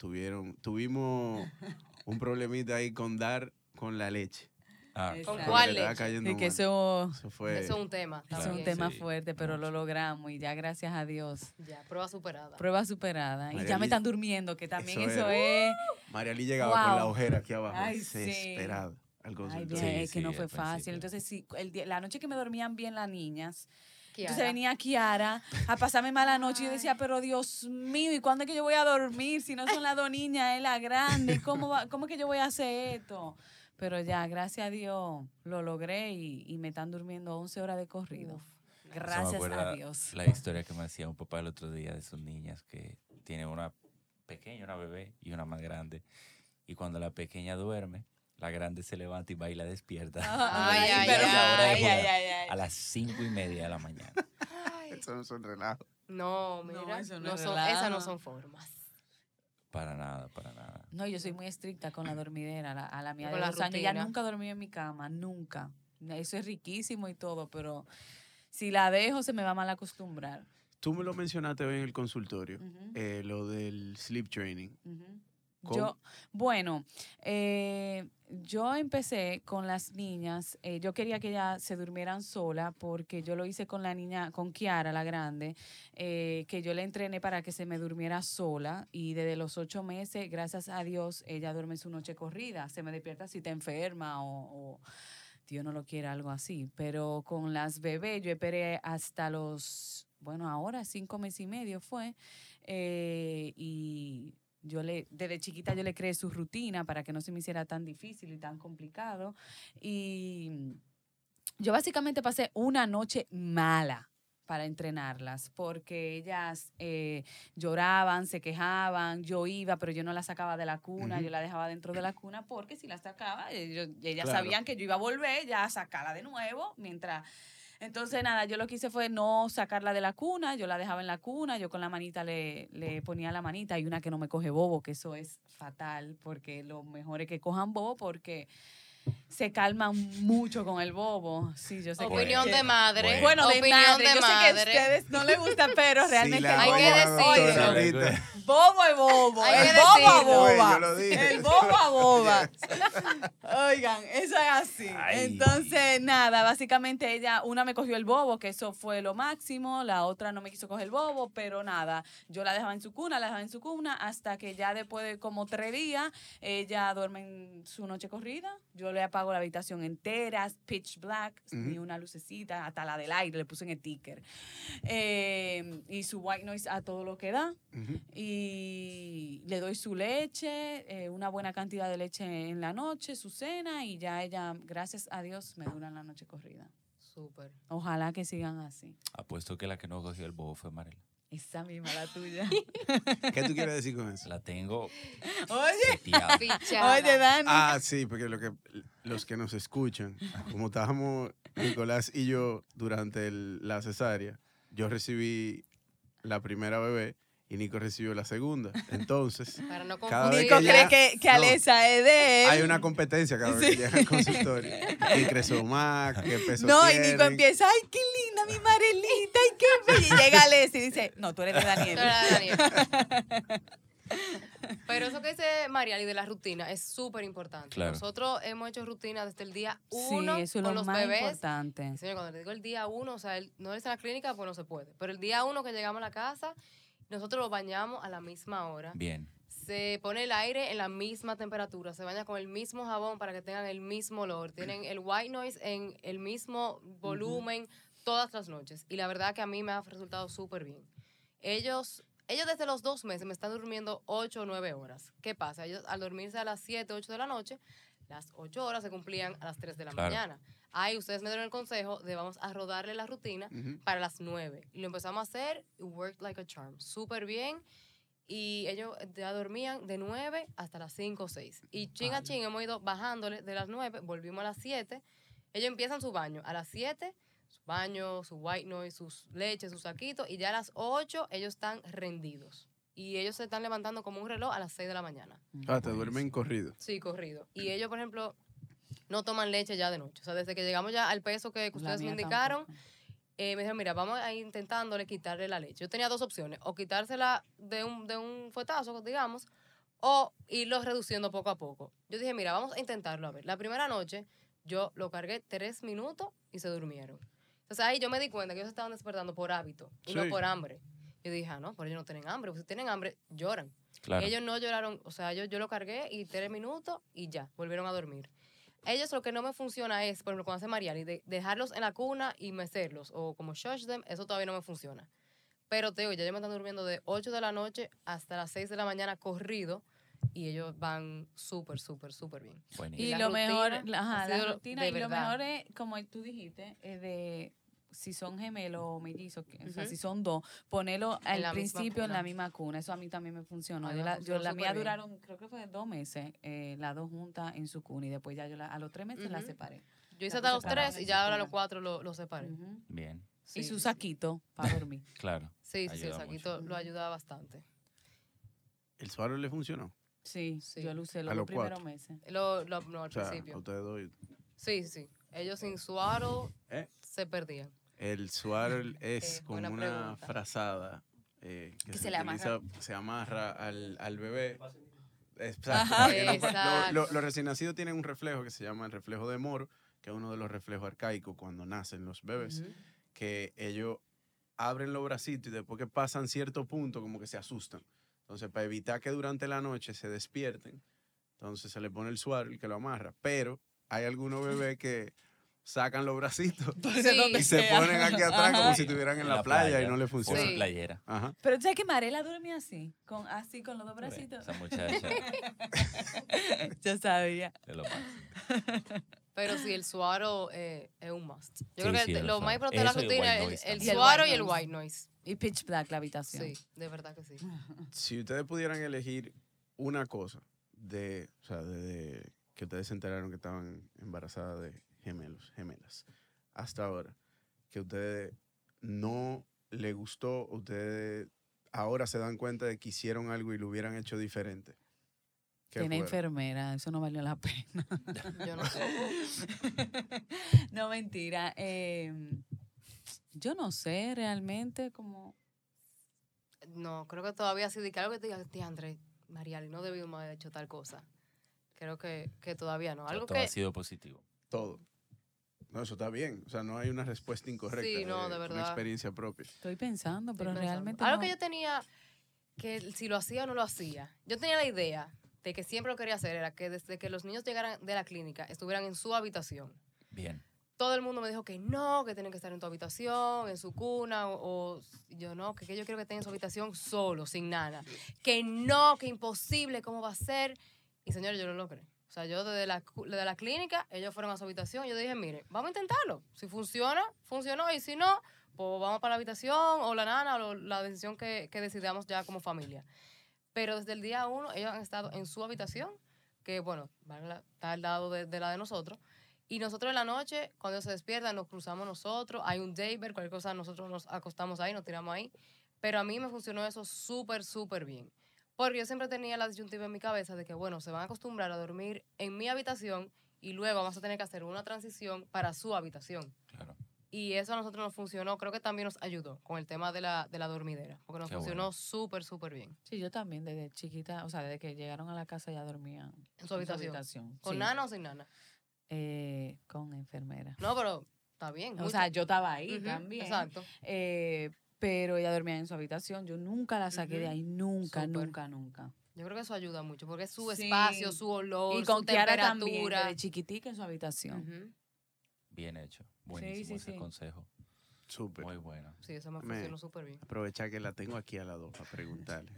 tuvimos un problemita ahí con dar con la leche. Ah, ¿Con Porque cuál le estaba leche? cayendo Y que mal. eso fue. Eso es un tema es también. un tema sí, fuerte, pero lo mucho. logramos y ya gracias a Dios. Ya, prueba superada. Prueba superada. Y María ya me Liz, están durmiendo, que también eso eso es. es. María Lee llegaba con la Wow. ojera aquí abajo, Ay, sí. desesperada al Ay, consultorio. bien, Sí, es que no sí, fue al fácil. principio. Entonces, sí, la noche que me dormían bien las niñas, Kiara. entonces venía Kiara a pasarme mala noche y yo decía, pero Dios mío, ¿y cuándo es que yo voy a dormir? Si no son las 2 niñas, es la grande. ¿Cómo es que yo voy a hacer esto? Pero ya, gracias a Dios, lo logré y me están durmiendo 11 horas de corrido. Uf. Eso me Gracias a acuerda Dios. La historia que me hacía un papá el otro día de sus niñas que tiene una pequeña, una bebé y una más grande. Y cuando la pequeña duerme, la grande se levanta y va y la despierta. Ay, ay, pero- ay, la hora de ay, jugar ay, ay, ay. a las 5:30 de la mañana. Eso no son relajos. No, mira, eso no no es son, relajo. esas no son formas. Para nada, para nada. No, yo soy muy estricta con la dormidera. A la mía Con de la 2 años ya rutina. nunca dormí en mi cama, nunca. Eso es riquísimo y todo, pero si la dejo se me va a mal acostumbrar. Tú me lo mencionaste hoy en el consultorio, Ujú, lo del sleep training. ujú. ¿Cómo? Yo empecé con las niñas, yo quería que ellas se durmieran sola porque yo lo hice con la niña, con Kiara, la grande, que yo le entrené para que se me durmiera sola y desde los 8 meses, gracias a Dios, ella duerme su noche corrida, se me despierta si está enferma o Dios no lo quiera, algo así, pero con las bebés yo esperé hasta los, bueno, ahora 5 meses y medio fue, y desde chiquita yo le creé su rutina para que no se me hiciera tan difícil y tan complicado. Y yo básicamente pasé una noche mala para entrenarlas, porque ellas lloraban, se quejaban, yo iba, pero yo no las sacaba de la cuna, Ujú. yo la dejaba dentro de la cuna, porque si la sacaba, ellas Claro. sabían que yo iba a volver ya a sacarla de nuevo, mientras Entonces, nada, yo lo que hice fue no sacarla de la cuna, yo la dejaba en la cuna, yo con la manita le ponía la manita. Hay una que no me coge bobo, que eso es fatal, porque lo mejor es que cojan bobo porque se calman mucho con el bobo. Sí, yo sé Opinión que, de madre. Bueno, de opinión madre. de Yo sé que a madre. ustedes no les gusta, pero realmente la el bobo, hay que doctora decirlo. ahorita. bobo es bobo. Hay El que bobo a decirlo. boba. Güey, yo lo dije. El bobo a boba. Oigan, eso es así. Ay. Entonces, nada, básicamente una me cogió el bobo, que eso fue lo máximo, la otra no me quiso coger el bobo, pero nada, yo la dejaba en su cuna, hasta que ya después de como 3 días, ella duerme en su noche corrida, yo le apago la habitación entera, pitch black, ni una lucecita, hasta la del aire, le puse en sticker. Y su white noise a todo lo que da. Ujú. Y le doy su leche, una buena cantidad de leche en la noche, su cena, y ya ella, gracias a Dios, me dura la noche corrida. Súper. Ojalá que sigan así. Apuesto que la que no cogió el bobo fue Marela. Esa misma, la tuya. ¿Qué tú quieres decir con eso? La tengo Oye, seteada. Fichada. oye, Dani. Ah, sí, porque los que nos escuchan, como estábamos Nicolás y yo durante la cesárea, yo recibí la primera bebé y Nico recibió la segunda. Entonces, Para no cada vez Nico confundir. que cree ya- que no. Alesa es de él. hay una competencia cada vez Sí. que llega al consultorio. ¿Quién creció más? ¿Qué peso No, y tienen? Nico empieza, ay, qué linda mi Marelita, ay, qué bella. Y llega Alesa y dice, no, tú eres de Daniel. Era de Daniel. Pero eso que dice Mariali de la rutina es súper importante. Claro. Nosotros hemos hecho rutina desde el día Sí, 1 eso es con lo los más bebés. importante. Señor, cuando le digo el día 1, o sea, no es en la clínica, pues no se puede. Pero el día 1 que llegamos a la casa, nosotros lo bañamos a la misma hora. Bien. Se pone el aire en la misma temperatura, se baña con el mismo jabón para que tengan el mismo olor. Tienen el white noise en el mismo volumen todas las noches. Y la verdad que a mí me ha resultado súper bien. Ellos desde los 2 meses me están durmiendo 8 o 9 horas. ¿Qué pasa? Ellos al dormirse a las 7, 8 de la noche, las 8 horas se cumplían a las 3 de la Claro. mañana. Ahí ustedes me dieron el consejo de vamos a rodarle la rutina Ujú. para las 9. Y lo empezamos a hacer, it worked like a charm. Súper bien. Y ellos ya dormían de 9 hasta las 5 o 6. Y chin a chin hemos ido bajándole de las 9, volvimos a las 7. Ellos empiezan su baño a las 7, su baño, su white noise, sus leches, sus saquitos, y ya a las 8 ellos están rendidos. Y ellos se están levantando como un reloj a las 6 de la mañana. Ah, te duermen corrido. Sí, corrido. Y ellos, por ejemplo, no toman leche ya de noche. O sea, desde que llegamos ya al peso que La ustedes me mía indicaron, tampoco. me dijeron, mira, vamos a ir intentándole quitarle la leche. Yo tenía 2 opciones, o quitársela de un fuetazo, digamos, o irlo reduciendo poco a poco. Yo dije, mira, vamos a intentarlo, a ver. La primera noche yo lo cargué 3 minutos y se durmieron. Entonces ahí yo me di cuenta que ellos estaban despertando por hábito y no Sí. por hambre. Yo dije, ah, no, pero ellos no tienen hambre. Porque si tienen hambre, lloran. Claro. Ellos no lloraron, o sea, yo lo cargué y 3 minutos y ya, volvieron a dormir. Ellos lo que no me funciona es, por ejemplo, cuando hace Mariali, de dejarlos en la cuna y mecerlos, o como shush them, eso todavía no me funciona. Pero te digo, ya ellos me están durmiendo de 8 de la noche hasta las 6 de la mañana corrido y ellos van súper, súper, súper bien. Buenísimo. Y la lo mejor, rutina ajá, ha la sido rutina, de y lo verdad. mejor es, como tú dijiste, de si son gemelos o mellizos, o sea, Ujú. si son 2, ponerlo al la misma principio en la cuna. misma cuna. Eso a mí también me funcionó. A mí Yo me la funcionó mía superbién. duraron, creo que fue 2 meses, las 2 juntas en su cuna, y después ya a los 3 meses la Ujú. separé. Yo hice La hasta puse los separada 3 y en ya su ahora cuna. los 4 lo separé. Ujú. Bien. Sí, Y su sí, sí. saquito para dormir. Claro. Sí, sí, sí, el Ayuda saquito mucho. lo ayuda bastante. ¿El suaro le funcionó? Sí, Sí. yo lo usé A los los 2 primeros 4. meses. No, al O sea, a principio. ustedes dos. Sí, sí. Ellos sin suaro ¿Eh? se perdían. El suaro es como buena una pregunta. frazada que se le amarra. se amarra al bebé. Exacto. Ajá. para que no- Exacto. los recién nacidos tienen un reflejo que se llama el reflejo de Moro, que es uno de los reflejos arcaicos cuando nacen los bebés, Ujú. que ellos abren los bracitos y después que pasan cierto punto como que se asustan. Entonces, para evitar que durante la noche se despierten, entonces se le pone el suaro, el que lo amarra. Pero hay algunos bebés que sacan los bracitos Sí. y se ponen aquí atrás como Ajá. si estuvieran en la playa y no le funciona. Por Sí. su playera. Ajá. Pero tú sabes que Marela duerme así, con los 2 bracitos. Esa muchacha Yo sabía. es lo máximo. Pero sí, el suaro es un must. Yo Sí, creo que sí, el lo más suaro. importante de la Eso y el rutina white es noise el también. suaro y Y el el white noise. Y pitch black la habitación. Sí, de verdad que sí. Si ustedes pudieran elegir una cosa o sea, de que ustedes se enteraron que estaban embarazadas de gemelas, hasta ahora, que a ustedes no les gustó, ustedes ahora se dan cuenta de que hicieron algo y lo hubieran hecho diferente? ¿Qué Tiene fue? enfermera, eso no valió la pena. Yo no sé. No, mentira. Yo no sé realmente como... No, creo que todavía sí, de que algo que te diga, tía André, Mariali, no debimos haber hecho tal cosa. Creo que todavía no. O sea, Algo todo que... ha sido positivo. Todo. No, eso está bien. O sea, no hay una respuesta incorrecta. Sí, no, de Una verdad. experiencia propia. Estoy pensando, Estoy pero pensando. realmente Algo no. que yo tenía, que si lo hacía o no lo hacía. Yo tenía la idea de que siempre lo quería hacer, era que desde que los niños llegaran de la clínica, estuvieran en su habitación. Bien. Todo el mundo me dijo que no, que tienen que estar en tu habitación, en su cuna, yo no, que yo quiero que estén en su habitación solo, sin nada. Que no, que imposible, ¿cómo va a ser? Y señores, yo lo logré. O sea, yo desde la clínica, ellos fueron a su habitación, yo dije, mire, vamos a intentarlo. Si funciona, funcionó, y si no, pues vamos para la habitación, o la nana, o la decisión que decidamos ya como familia. Pero desde el día 1, ellos han estado en su habitación, que bueno, está al lado de la de nosotros. Y nosotros en la noche, cuando ellos se despiertan, nos cruzamos nosotros. Hay un daycare, cualquier cosa, nosotros nos acostamos ahí, nos tiramos ahí. Pero a mí me funcionó eso súper, súper bien. Porque yo siempre tenía la disyuntiva en mi cabeza de que, bueno, se van a acostumbrar a dormir en mi habitación y luego vamos a tener que hacer una transición para su habitación. Claro. Y eso a nosotros nos funcionó, creo que también nos ayudó con el tema de la dormidera, porque nos Qué funcionó bueno. súper, súper bien. Sí, yo también desde chiquita, o sea, desde que llegaron a la casa ya dormían En su habitación. ¿Con sí. nana o sin nana? Con enfermera. No, pero está bien. O sea, yo estaba ahí Ujú, también. Exacto. Pero ella dormía en su habitación. Yo nunca la saqué de ahí, nunca, Súper. nunca, nunca. Yo creo que eso ayuda mucho, porque es su Sí. espacio, su olor, Y con su Kiara también, temperatura. desde chiquitica en su habitación. Ujú. Bien hecho. Buenísimo sí, ese sí. consejo. Súper. Muy bueno. Sí, eso me Me- funcionó súper bien. Aprovechar que la tengo aquí a la dos para preguntarle.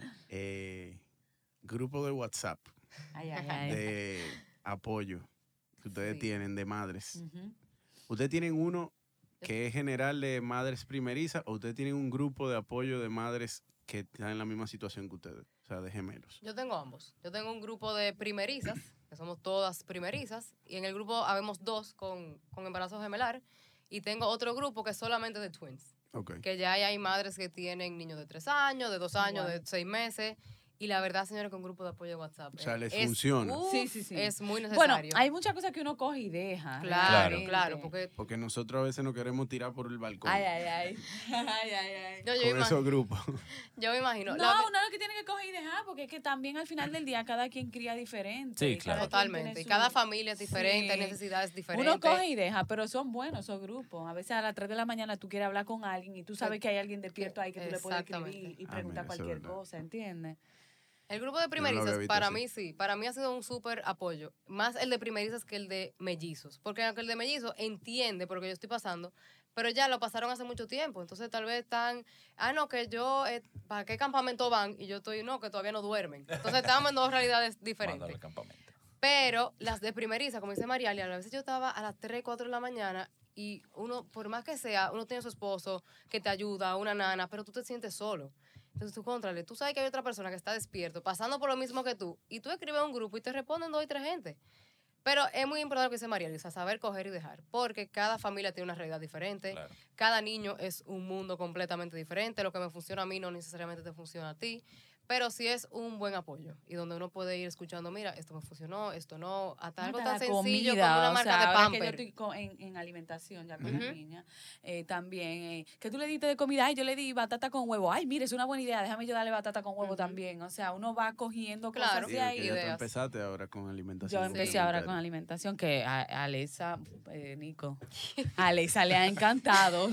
Grupo de WhatsApp Ay, ay, ay. de apoyo que ustedes Sí. tienen de madres. Ujú. ¿Ustedes tienen uno que es general de madres primerizas o ustedes tienen un grupo de apoyo de madres que están en la misma situación que ustedes? O sea, de gemelos. Yo tengo ambos. Yo tengo un grupo de primerizas, que somos todas primerizas, y en el grupo habemos 2 con embarazo gemelar, y tengo otro grupo que es solamente de twins, Ok. que ya hay madres que tienen niños de 3 años, de 2 años, Igual. de 6 meses, y la verdad, señores, que un grupo de apoyo de WhatsApp O sea, les funciona. Sí, sí, sí. Es muy Bueno, necesario. hay muchas cosas que uno coge y deja. Claro, realmente. claro, porque Porque nosotros a veces nos queremos tirar por el balcón Ay, ay, ay. Ay, ay, ay. yo, con esos grupos. yo me imagino. No, uno lo que tiene que coger y dejar, porque es que también al final del día cada quien cría diferente. Sí, y cada claro. quien Totalmente. tiene Y su- cada familia es diferente, hay Sí. necesidades diferentes. Uno coge y deja, pero son buenos esos grupos. A veces a las 3 de la mañana tú quieres hablar con alguien y tú sabes que hay alguien despierto ahí que tú le puedes escribir Exactamente. y preguntar mira, eso es cualquier verdad. cosa, ¿entiendes? El grupo de no lo había primerizas, visto para así. mí sí, para mí ha sido un súper apoyo. Más el de primerizas que el de mellizos. Porque aunque el de mellizos entiende por lo que yo estoy pasando, pero ya lo pasaron hace mucho tiempo. Entonces tal vez están, no, que yo, ¿para qué campamento van? Y yo estoy, no, que todavía no duermen. Entonces estamos en 2 realidades Mándalo diferentes. al campamento. Pero las de primeriza, como dice Mariali, a veces yo estaba a las 3, 4 de la mañana y uno, por más que sea, uno tiene a su esposo que te ayuda, una nana, pero tú te sientes solo. Entonces tú contrale, tú sabes que hay otra persona que está despierto, pasando por lo mismo que tú, y tú escribes a un grupo y te responden 2 y 3 gente. Pero es muy importante lo que dice Mariali, o sea, saber coger y dejar, porque cada familia tiene una realidad diferente, Claro. cada niño es un mundo completamente diferente, lo que me funciona a mí no necesariamente te funciona a ti, pero sí es un buen apoyo y donde uno puede ir escuchando, mira, esto me funcionó, esto no, hasta algo Hasta tan la sencillo comida, como una o marca sea, de ahora que yo Pamper. estoy en alimentación ya con Ujú. las niñas, también, que tú le diste de comida, ay, yo le di batata con huevo, ay, mire, es una buena idea, déjame yo darle batata con huevo Ujú. también, o sea, uno va cogiendo Claro. cosas Sí, de porque ahí. ya tú Ideas. empezaste ahora con alimentación. Yo empecé Sí. ahora con alimentación, que a Alexa, Nico, a Alexa le ha encantado, o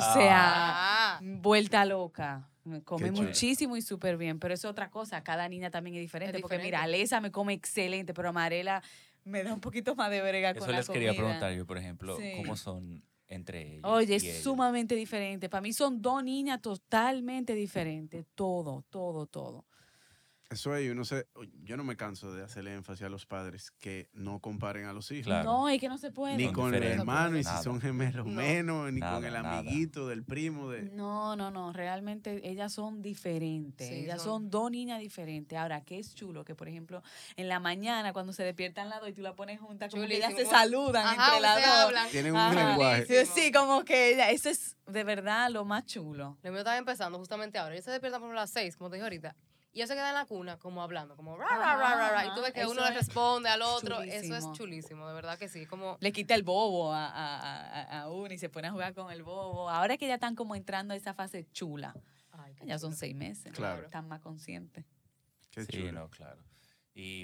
sea, Ah, vuelta loca. Come Qué chulo. muchísimo y súper bien, pero es otra cosa, cada niña también es diferente, Es porque mira, diferente. Alexa me come excelente, pero Marela me da un poquito más de brega con Eso la les quería comida. preguntar yo, por ejemplo, Sí. ¿cómo son entre ellos? Oye, y es ellas? sumamente diferente. Para mí son 2 niñas totalmente diferentes. Todo, todo, todo. Eso es, uno yo no me canso de hacerle énfasis a los padres que no comparen a los hijos. Claro. No, es que no se puede. Ni Son con el diferentes. hermano, y si Nada. son gemelos No. menos, ni Nada, con el nada. amiguito del primo. No, realmente ellas son diferentes. Sí, ellas son- son dos niñas diferentes. Ahora, qué es chulo que, por ejemplo, en la mañana cuando se despiertan las dos y tú la pones juntas, como que ellas se Chulísimo. saludan Ajá, entre las ustedes dos. hablan. Tienen un Ajá. lenguaje. Sí, sí, como que eso es de verdad lo más chulo. Lo mío estaba empezando justamente ahora. Ellos se despiertan por las 6, como te dije ahorita. Y ellos se quedan en la cuna como hablando, como ra, ra, ra, ra, ra. Y tú ves que Ajá, uno eso le es responde al otro. Eso chulísimo. es chulísimo, de verdad que sí. Como Le quita el bobo a uno y se pone a jugar con el bobo. Ahora que ya están como entrando a esa fase chula. ay, qué Ya son chulo. 6 meses. Claro. Están más conscientes. Qué Sí, chulo. no, claro. Y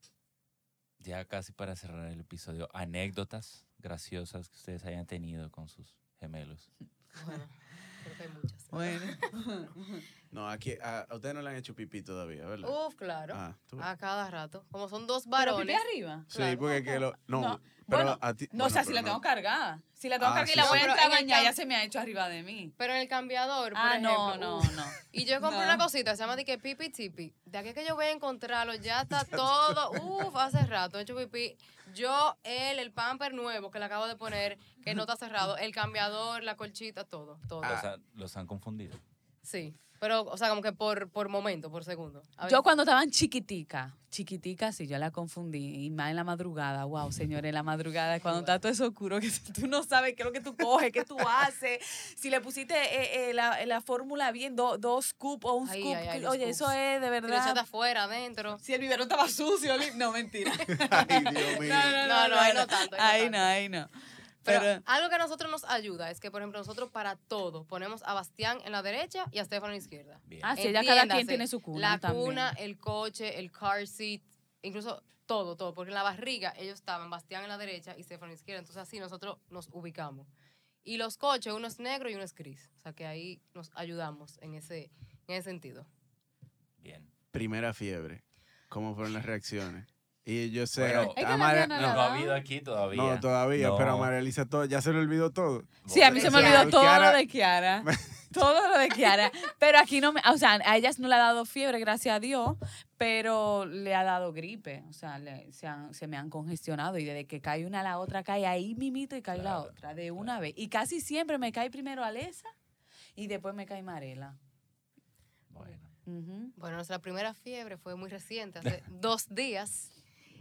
ya casi para cerrar el episodio, anécdotas graciosas que ustedes hayan tenido con sus gemelos. Bueno, creo que hay muchas. Bueno. No, aquí a ustedes no le han hecho pipí todavía, ¿verdad? Uf, claro. Tú. A cada rato. Como son dos ¿Pero pipí varones. arriba? Sí, claro. porque que lo. No, No, pero bueno, a ti. No, o sea, si la tengo cargada. Si la tengo Ah, cargada y sí, la sí. voy a No, pero entrar a en el bañar, cam- ya se me ha hecho arriba de mí. Pero en el cambiador, por Ah, ejemplo. no. Y yo compré No. una cosita, se llama de que pipi tipi. De aquí que yo voy a encontrarlo, ya está todo. Hace rato he hecho pipí. Yo, el pamper nuevo que le acabo de poner, que no está cerrado, el cambiador, la colchita, todo. Los han confundido. Sí. Pero, o sea, como que por momento, por segundo. A Yo veces- cuando estaban chiquitica, sí, yo la confundí. Y más en la madrugada, wow, señores, en la madrugada, cuando está todo eso oscuro, que tú no sabes qué es lo que tú coges, qué tú haces. Si le pusiste la fórmula bien, dos scoops o un Ay, scoop. ay, ay, los Oye, eso scoops. es de Si lo echaste verdad. afuera, adentro. Si el biberón estaba sucio, no, mentira. Ay, Dios mío. No, ahí no tanto, ahí no Ahí no. Pero, Pero, algo que a nosotros nos ayuda es que, por ejemplo, nosotros para todo ponemos a Bastián en la derecha y a Estefano en la izquierda. Bien. ah, sí, ya cada quien Entiéndase, tiene su cuna La también. cuna, el coche, el car seat, incluso todo. Porque en la barriga ellos estaban, Bastián en la derecha y Estefano en la izquierda. Entonces así nosotros nos ubicamos. Y los coches, uno es negro y uno es gris. O sea que ahí nos ayudamos en ese sentido. Bien. Primera fiebre. ¿Cómo fueron las reacciones? Y yo sé. Bueno, Es que a la María- mía No, la no ha da. habido aquí todavía. no, todavía, pero a No. María Elisa todo, ya se le olvidó todo. Sí, a mí se me Kiara. olvidó todo Kiara- lo de Kiara. Todo lo de Kiara. Pero aquí no me, o sea, a ellas no le ha dado fiebre, gracias a Dios, pero le ha dado gripe. O sea, se me han congestionado y desde que cae una a la otra, cae ahí mimito y cae la Claro, otra, de una vez. Y casi siempre me cae primero Alesa y después me cae Marela. Bueno. Ujú. Bueno, nuestra primera fiebre fue muy reciente, hace 2 días.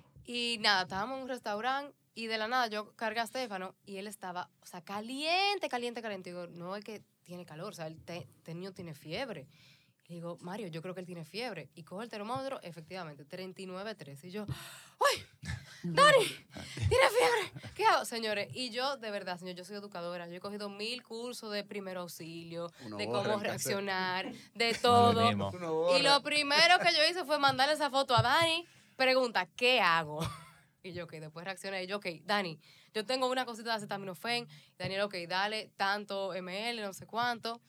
Y nada, estábamos en un restaurante y de la nada yo cargué a Estefano y él estaba, o sea, caliente. Y digo, no es que tiene calor, o sea, este niño tiene fiebre. Y digo, Mario, yo creo que él tiene fiebre. Y cojo el termómetro, efectivamente, 39.3. Y yo, ¡ay! ¡Dani! ¿Tiene fiebre? ¿Qué hago, señores? Y yo, de verdad, señor, yo soy educadora. Yo he cogido 1000 cursos de primer auxilio, Uno de borra cómo en casa. reaccionar, de No es todo. lo mismo. Uno borra. Y lo primero que yo hice fue mandarle esa foto a Dani. Pregunta, ¿qué hago? Y yo, ok, después reaccioné. Y yo, ok, Dani, yo tengo una cosita de acetaminofén. Daniel, ok, dale tanto ml, no sé cuánto.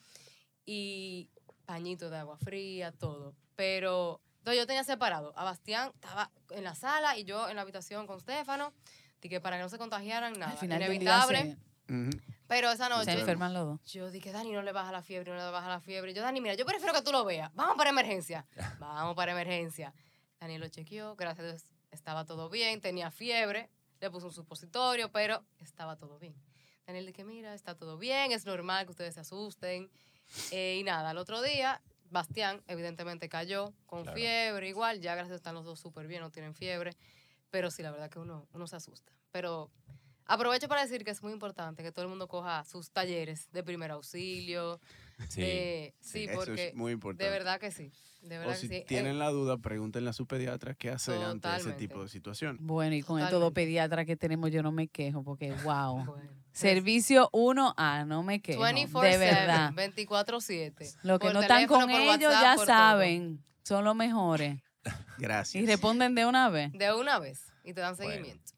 Y pañito de agua fría, todo. Pero, entonces yo tenía separado. A Bastián estaba en la sala y yo en la habitación con Stefano. Y que para que no se contagiaran nada. Al final del día Inevitable. Ujú. Pero esa se noche... enferman los dos. Yo dije, Dani, no le baja la fiebre, no le baja la fiebre. Yo, Dani, mira, yo prefiero que tú lo veas. Vamos para emergencia. Vamos para emergencia. Dani lo chequeó, gracias a Dios estaba todo bien, tenía fiebre, le puso un supositorio, pero estaba todo bien. Daniel dije, mira, está todo bien, es normal que ustedes se asusten. Y nada, al otro día, Bastián evidentemente cayó con Claro. fiebre, igual, ya gracias a Dios están los dos súper bien, no tienen fiebre. Pero sí, la verdad que uno se asusta. Pero aprovecho para decir que es muy importante que todo el mundo coja sus talleres de primer auxilio. Sí. Sí, Eso porque es muy importante. de verdad que sí. De verdad O que si sí. tienen la duda, pregúntenle a su pediatra qué hacer ante ese Totalmente. tipo de situación. Bueno, y con estos dos Totalmente. pediatras que tenemos, yo no me quejo, porque wow. Bueno, Servicio 1A, no me quejo. 24/7, De verdad. 24/7. Los que Por no están teléfono, con por ellos WhatsApp, ya por saben, son los mejores. Gracias. Y responden de una vez. todo. De una vez. Y te dan Bueno. seguimiento.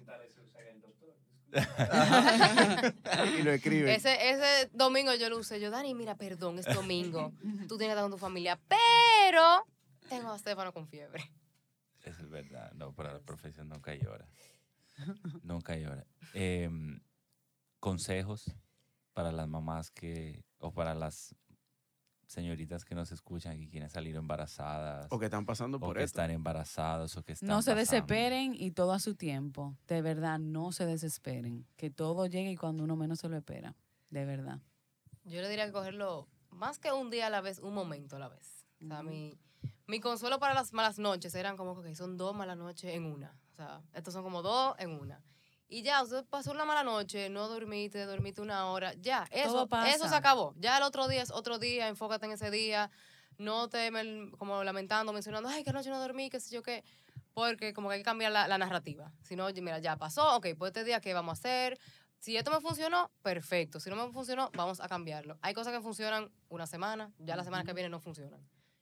Y lo escriben. Ese domingo yo lo usé. Yo, Dani, mira, perdón, es domingo. Tú tienes que estar con tu familia. Pero tengo a Estefano con fiebre. Eso es verdad. No, para la profesión nunca llora. Nunca llora. Consejos para las mamás o para las señoritas que nos escuchan que quieren salir embarazadas O que están pasando o por que esto. están embarazados o que están No se pasando. desesperen y todo a su tiempo. De verdad, no se desesperen. Que todo llegue y cuando uno menos se lo espera. De verdad. Yo le diría que cogerlo más que un día a la vez, un momento a la vez. O sea, mi consuelo para las malas noches eran como que son 2 malas noches en una. O sea, estos son como 2 en una. Y ya, usted pasó una mala noche, no dormiste 1 hora, ya, Todo pasa. eso se acabó. Ya el otro día es otro día, enfócate en ese día, no te como lamentando, mencionando, ay, que anoche no dormí, qué sé yo qué, porque como que hay que cambiar la narrativa. Si no, mira, ya pasó, ok, pues este día, ¿qué vamos a hacer? Si esto me funcionó, perfecto. Si no me funcionó, vamos a cambiarlo. Hay cosas que funcionan una semana, ya la semana que viene no funcionan.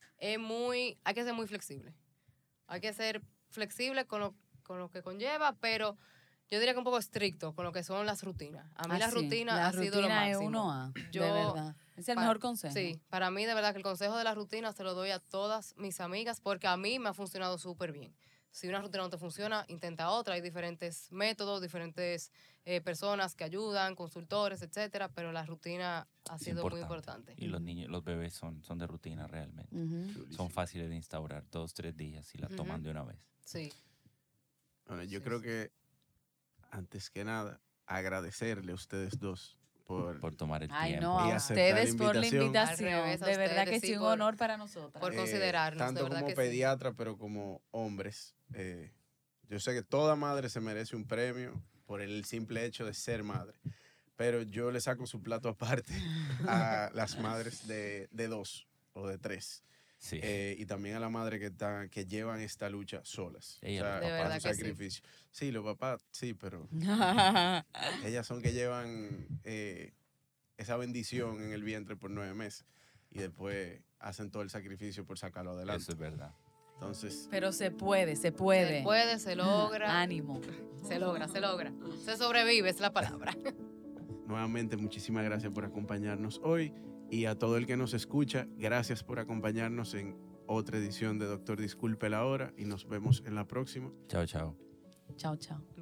Hay que ser muy flexible. Hay que ser flexible con lo que conlleva, pero yo diría que un poco estricto con lo que son las rutinas. A mí la Así, rutina la ha sido lo rutina es máximo. 1A, de Yo, verdad. Es el mejor consejo. Sí, para mí de verdad que el consejo de la rutina se lo doy a todas mis amigas porque a mí me ha funcionado súper bien. Si una rutina no te funciona, intenta otra. Hay diferentes métodos, diferentes personas que ayudan, consultores, etcétera, pero la rutina ha Es sido muy importante. Y los niños, los bebés son de rutina realmente. Ujú. Chulísimo. Son fáciles de instaurar 2, 3 días y la toman Ujú. de una vez. Sí. Bueno, yo Sí, creo sí. que, antes que nada, agradecerle a ustedes dos Por tomar el Ay, tiempo. no, Y a aceptar la ustedes por la invitación. invitación. Al revés, a De verdad ustedes, que sí, sí, un por- honor para nosotras. por considerarnos, de tanto verdad como que sí. pediatra, pero como hombres. Yo sé que toda madre se merece un premio por el simple hecho de ser madre, pero yo le saco su plato aparte a las madres de 2 o de 3. Sí. Y también a la madre que llevan esta lucha solas. Ella, O sea, los De papás. verdad su que sí. sacrificio. Sí, los papás, sí, pero ellas son que llevan esa bendición en el vientre por 9 meses y después hacen todo el sacrificio por sacarlo adelante. Eso es verdad. Entonces, Pero se puede, se puede. Se puede, se logra. Ánimo. Se logra, se logra. Se sobrevive, es la palabra. nuevamente, muchísimas gracias por acompañarnos hoy y a todo el que nos escucha, gracias por acompañarnos en otra edición de Doctor Disculpe la Hora y nos vemos en la próxima. Chao, chao. Chao, chao.